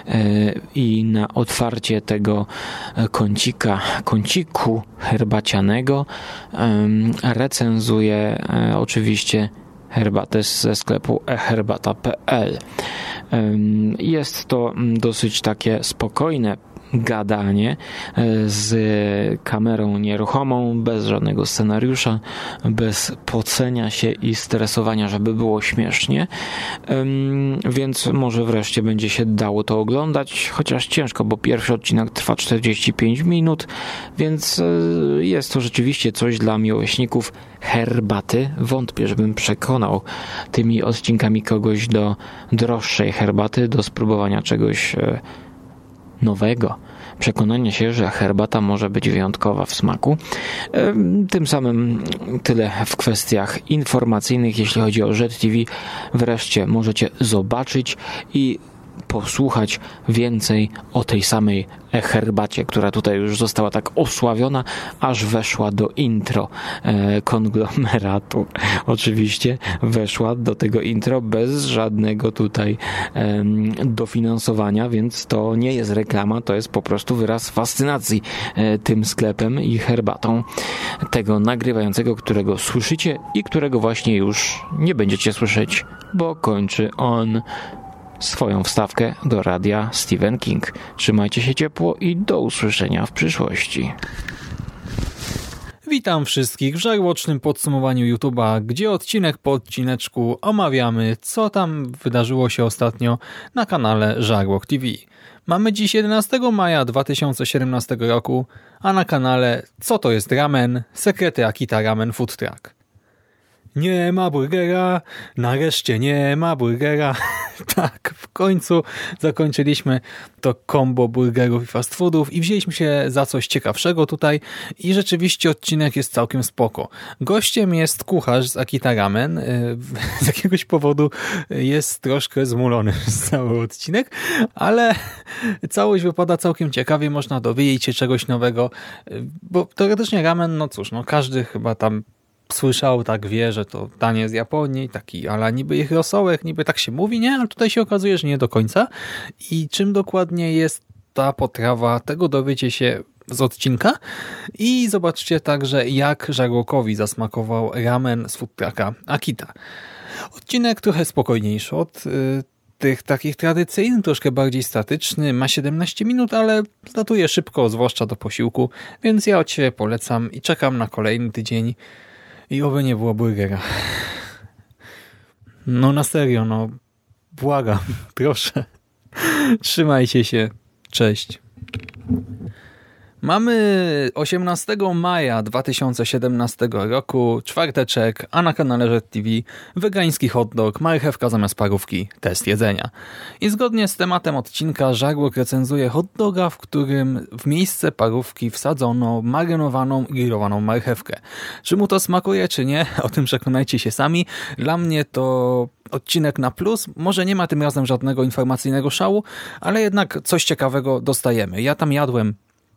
i na otwarcie tego kącika, kąciku herbacianego recenzuje oczywiście herbatę ze sklepu e herbata kropka p l. Jest to dosyć takie spokojne gadanie z kamerą nieruchomą, bez żadnego scenariusza, bez pocenia się i stresowania, żeby było śmiesznie, więc może wreszcie będzie się dało to oglądać, chociaż ciężko, bo pierwszy odcinek trwa czterdzieści pięć minut, więc jest to rzeczywiście coś dla miłośników herbaty. Wątpię, żebym przekonał tymi odcinkami kogoś do droższej herbaty, do spróbowania czegoś nowego, przekonanie się, że herbata może być wyjątkowa w smaku. Tym samym tyle w kwestiach informacyjnych. Jeśli chodzi o Żet T V, wreszcie możecie zobaczyć i posłuchać więcej o tej samej herbacie, która tutaj już została tak osławiona, aż weszła do intro e, konglomeratu. Oczywiście weszła do tego intro bez żadnego tutaj e, dofinansowania, więc to nie jest reklama, to jest po prostu wyraz fascynacji e, tym sklepem i herbatą tego nagrywającego, którego słyszycie i którego właśnie już nie będziecie słyszeć, bo kończy on swoją wstawkę do radia Stephen King. Trzymajcie się ciepło i do usłyszenia w przyszłości. Witam wszystkich w żarłocznym podsumowaniu YouTube'a, gdzie odcinek po odcineczku omawiamy, co tam wydarzyło się ostatnio na kanale Żarłok T V. Mamy dziś jedenastego maja dwa tysiące siedemnastego roku, a na kanale Co to jest ramen? Sekrety Akita Ramen Food Truck. Nie ma burgera, nareszcie nie ma burgera. Tak, w końcu zakończyliśmy to combo burgerów i fast foodów i wzięliśmy się za coś ciekawszego tutaj i rzeczywiście odcinek jest całkiem spoko. Gościem jest kucharz z Akita Ramen. Z jakiegoś powodu jest troszkę zmulony przez cały odcinek, ale całość wypada całkiem ciekawie, można dowiedzieć się czegoś nowego, bo teoretycznie ramen, no cóż, no każdy chyba tam słyszał, tak wie, że to danie z Japonii, taki ala niby ich rosołek, niby tak się mówi, nie? Ale tutaj się okazuje, że nie do końca. I czym dokładnie jest ta potrawa, tego dowiecie się z odcinka. I zobaczcie także, jak Żarłokowi zasmakował ramen z food trucka Akita. Odcinek trochę spokojniejszy od y, tych takich tradycyjnych, troszkę bardziej statyczny, ma siedemnaście minut, ale zlatuje szybko, zwłaszcza do posiłku, więc ja od siebie polecam i czekam na kolejny tydzień. I oby nie było burgera. No na serio, no błagam, proszę. Trzymajcie się. Cześć. Mamy osiemnastego maja dwa tysiące siedemnastego roku, czwarteczek, a na kanale Red T V wegański hot dog, marchewka zamiast parówki, test jedzenia. I zgodnie z tematem odcinka Żarłok recenzuje hot doga, w którym w miejsce parówki wsadzono marynowaną, grillowaną marchewkę. Czy mu to smakuje, czy nie? O tym przekonajcie się sami. Dla mnie to odcinek na plus. Może nie ma tym razem żadnego informacyjnego szału, ale jednak coś ciekawego dostajemy. Ja tam jadłem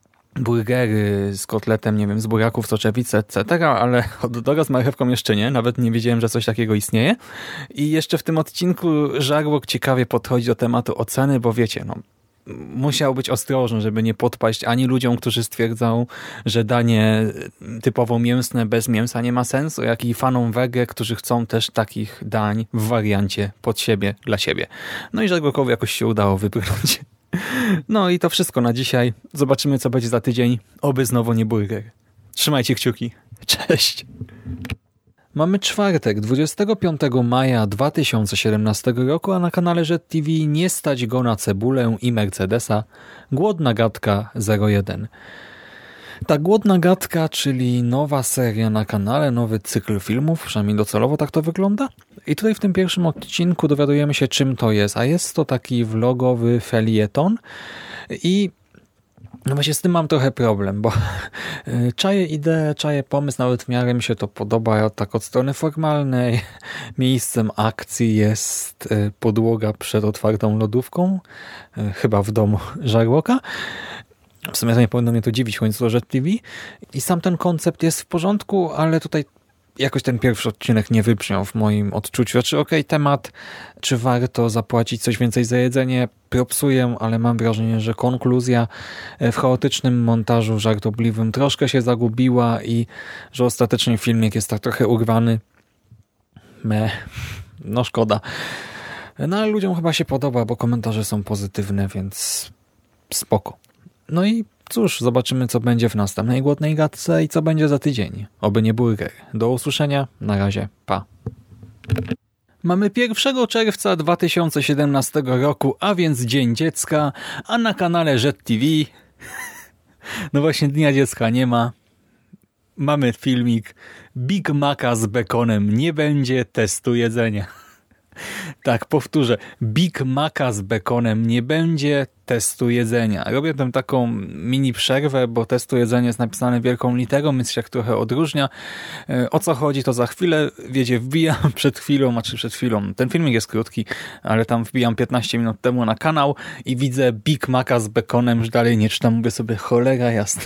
burgery z kotletem, nie wiem, z buraków, soczewice, et cetera, ale hot doga z marchewką jeszcze nie. Nawet nie wiedziałem, że coś takiego istnieje. I jeszcze w tym odcinku Żarłok ciekawie podchodzi do tematu oceny, bo wiecie, no musiał być ostrożny, żeby nie podpaść ani ludziom, którzy stwierdzą, że danie typowo mięsne bez mięsa nie ma sensu, jak i fanom wege, którzy chcą też takich dań w wariancie pod siebie, dla siebie. No i Żarłokowi jakoś się udało wybrnąć. No i to wszystko na dzisiaj. Zobaczymy, co będzie za tydzień. Oby znowu nie burger. Trzymajcie kciuki. Cześć! Mamy czwartek, dwudziestego piątego maja dwa tysiące siedemnastego roku, a na kanale Red T V nie stać go na cebulę i Mercedesa. Głodna gadka zero jeden. Ta Głodna gadka, czyli nowa seria na kanale, nowy cykl filmów, przynajmniej docelowo tak to wygląda. I tutaj w tym pierwszym odcinku dowiadujemy się, czym to jest, a jest to taki vlogowy felieton i no właśnie z tym mam trochę problem, bo czaję ideę, czaję pomysł, nawet w miarę mi się to podoba, tak od strony formalnej. Miejscem akcji jest podłoga przed otwartą lodówką, chyba w domu Żarłoka. W sumie to nie powinno mnie to dziwić, w końcu Red T V. I sam ten koncept jest w porządku, ale tutaj jakoś ten pierwszy odcinek nie wybrzmiał w moim odczuciu. Znaczy okej, okay, temat, czy warto zapłacić coś więcej za jedzenie, propsuję, ale mam wrażenie, że konkluzja w chaotycznym montażu żartobliwym troszkę się zagubiła i że ostatecznie filmik jest tak trochę urwany. Meh, no szkoda. No ale ludziom chyba się podoba, bo komentarze są pozytywne, więc spoko. No i cóż, zobaczymy, co będzie w następnej Głodnej gadce i co będzie za tydzień. Oby nie burger. Do usłyszenia. Na razie. Pa. Mamy pierwszego czerwca dwa tysiące siedemnastego roku, a więc Dzień Dziecka, a na kanale Red T V no właśnie Dnia Dziecka nie ma. Mamy filmik Big Maca z bekonem nie będzie, testu jedzenia. Tak, powtórzę. Big Maca z bekonem nie będzie, testu jedzenia. Robię tam taką mini przerwę, bo testu jedzenia jest napisane wielką literą, więc się trochę odróżnia. O co chodzi, to za chwilę. Wiecie, wbijam przed chwilą, a czy przed chwilą. Ten filmik jest krótki, ale tam wbijam piętnaście minut temu na kanał i widzę Big Maca z bekonem, już dalej nie czytam, mówię sobie, cholera jasna.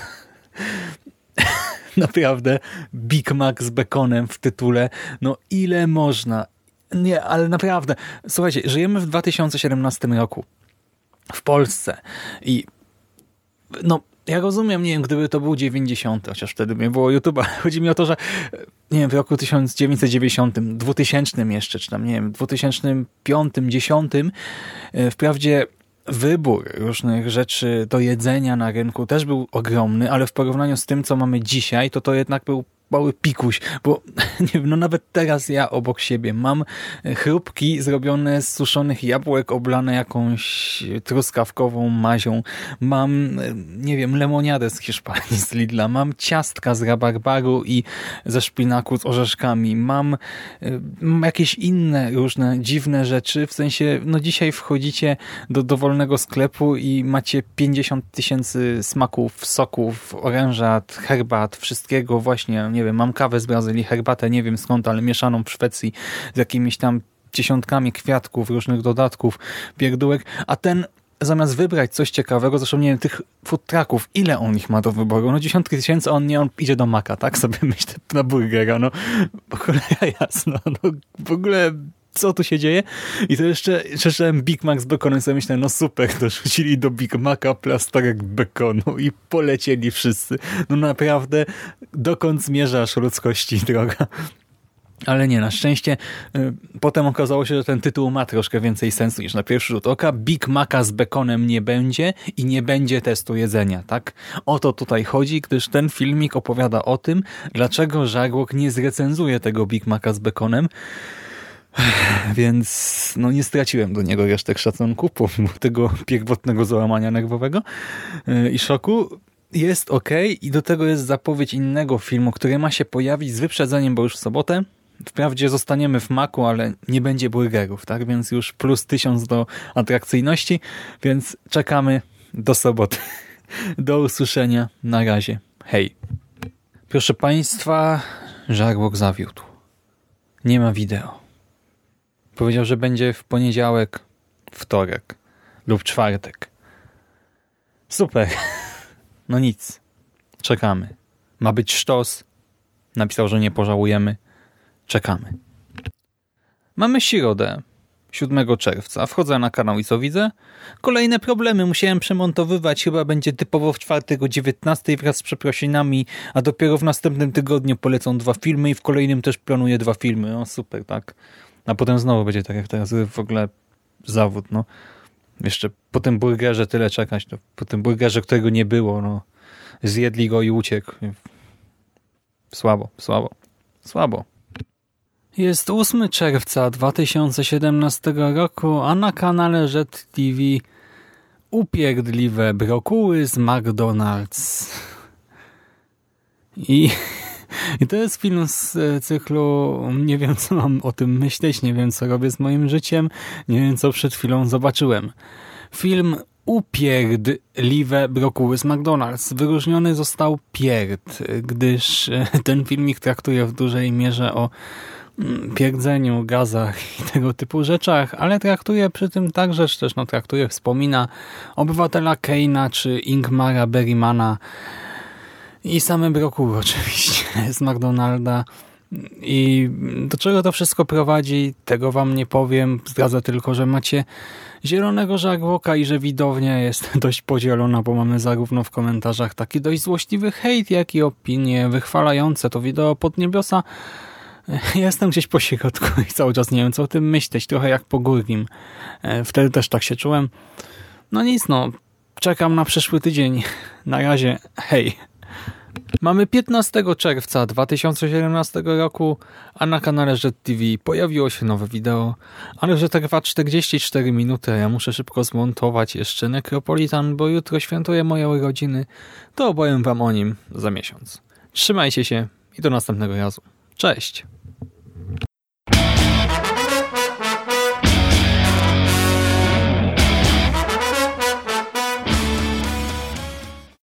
Naprawdę, Big Mac z bekonem w tytule. No ile można? Nie, ale naprawdę, słuchajcie, żyjemy w dwa tysiące siedemnastym roku w Polsce i no, ja rozumiem, nie wiem, gdyby to był dziewięćdziesiąty, chociaż wtedy nie było YouTube'a. Chodzi mi o to, że nie wiem, w roku tysiąc dziewięćset dziewięćdziesiątym, dwutysięcznym jeszcze, czy tam, nie wiem, dwa tysiące piątym, dziesiątym, wprawdzie wybór różnych rzeczy do jedzenia na rynku też był ogromny, ale w porównaniu z tym, co mamy dzisiaj, to to jednak był mały pikuś, bo nie wiem, no nawet teraz ja obok siebie mam chrupki zrobione z suszonych jabłek, oblane jakąś truskawkową mazią, mam, nie wiem, lemoniadę z Hiszpanii, z Lidla, mam ciastka z rabarbaru i ze szpinaku z orzeszkami, mam, mam jakieś inne różne dziwne rzeczy, w sensie, no dzisiaj wchodzicie do dowolnego sklepu i macie pięćdziesiąt tysięcy smaków, soków, orężat, herbat, wszystkiego właśnie, nie wiem, mam kawę z Brazylii, herbatę, nie wiem skąd, ale mieszaną w Szwecji z jakimiś tam dziesiątkami kwiatków, różnych dodatków, pierdółek, a ten zamiast wybrać coś ciekawego, zresztą nie wiem, tych food trucków, ile on ich ma do wyboru? No dziesiątki tysięcy, on nie, on idzie do Maka, tak? Sobie myślę, na burgera, no cholera jasno, no w ogóle co tu się dzieje? I to jeszcze przeczytałem Big Mac z bekonem, sobie myślałem, no super, dorzucili do Big Maca plasterek bekonu i polecieli wszyscy. No naprawdę, dokąd zmierzasz ludzkości, droga? Ale nie, na szczęście y, potem okazało się, że ten tytuł ma troszkę więcej sensu niż na pierwszy rzut oka. Big Maca z bekonem nie będzie i nie będzie testu jedzenia, tak? O to tutaj chodzi, gdyż ten filmik opowiada o tym, dlaczego Żarłok nie zrecenzuje tego Big Maca z bekonem. Więc no nie straciłem do niego resztek szacunku pomimo tego pierwotnego załamania nerwowego yy, i szoku. Jest ok i do tego jest zapowiedź innego filmu, który ma się pojawić z wyprzedzeniem, bo już w sobotę. Wprawdzie zostaniemy w Macu, ale nie będzie burgerów, tak? Więc już plus tysiąc do atrakcyjności, więc czekamy do soboty. Do usłyszenia. Na razie. Hej. Proszę Państwa, Żarłok zawiódł. Nie ma wideo. Powiedział, że będzie w poniedziałek, wtorek lub czwartek. Super. No nic. Czekamy. Ma być sztos. Napisał, że nie pożałujemy. Czekamy. Mamy środę, siódmego czerwca. Wchodzę na kanał i co widzę? Kolejne problemy. Musiałem przemontowywać. Chyba będzie typowo w czwartek o dziewiętnastej wraz z przeprosinami, a dopiero w następnym tygodniu polecą dwa filmy i w kolejnym też planuję dwa filmy. O super, tak. A potem znowu będzie tak jak teraz w ogóle zawód, no. Jeszcze po tym burgerze tyle czekać, to po tym burgerze, którego nie było, no. Zjedli go i uciekł. Słabo, słabo, słabo. Jest ósmego czerwca dwa tysiące siedemnastego roku, a na kanale Jet T V upierdliwe brokuły z McDonald's. I... I to jest film z cyklu nie wiem, co mam o tym myśleć, nie wiem, co robię z moim życiem, nie wiem, co przed chwilą zobaczyłem. Film Upierdliwe brokuły z McDonald's. Wyróżniony został pierd, gdyż ten filmik traktuje w dużej mierze o pierdzeniu, gazach i tego typu rzeczach, ale traktuje przy tym także, czy też no, traktuje, wspomina obywatela Kane'a czy Ingmara Bergmana i same brokuły oczywiście z McDonalda. I do czego to wszystko prowadzi, tego wam nie powiem. Zdradzę tylko, że macie zielonego Żarłoka i że widownia jest dość podzielona, bo mamy zarówno w komentarzach taki dość złośliwy hejt, jak i opinie wychwalające to wideo pod niebiosa. Ja jestem gdzieś po środku i cały czas nie wiem, co o tym myśleć. Trochę jak po Górkim. Wtedy też tak się czułem. No nic, no. Czekam na przyszły tydzień. Na razie, hej. Mamy piętnastego czerwca dwa tysiące siedemnastego roku, a na kanale Jet T V pojawiło się nowe wideo, ale że trwa czterdzieści cztery minuty, a ja muszę szybko zmontować jeszcze Necropolitan, bo jutro świętuję moje urodziny, to opowiem wam o nim za miesiąc. Trzymajcie się i do następnego razu. Cześć!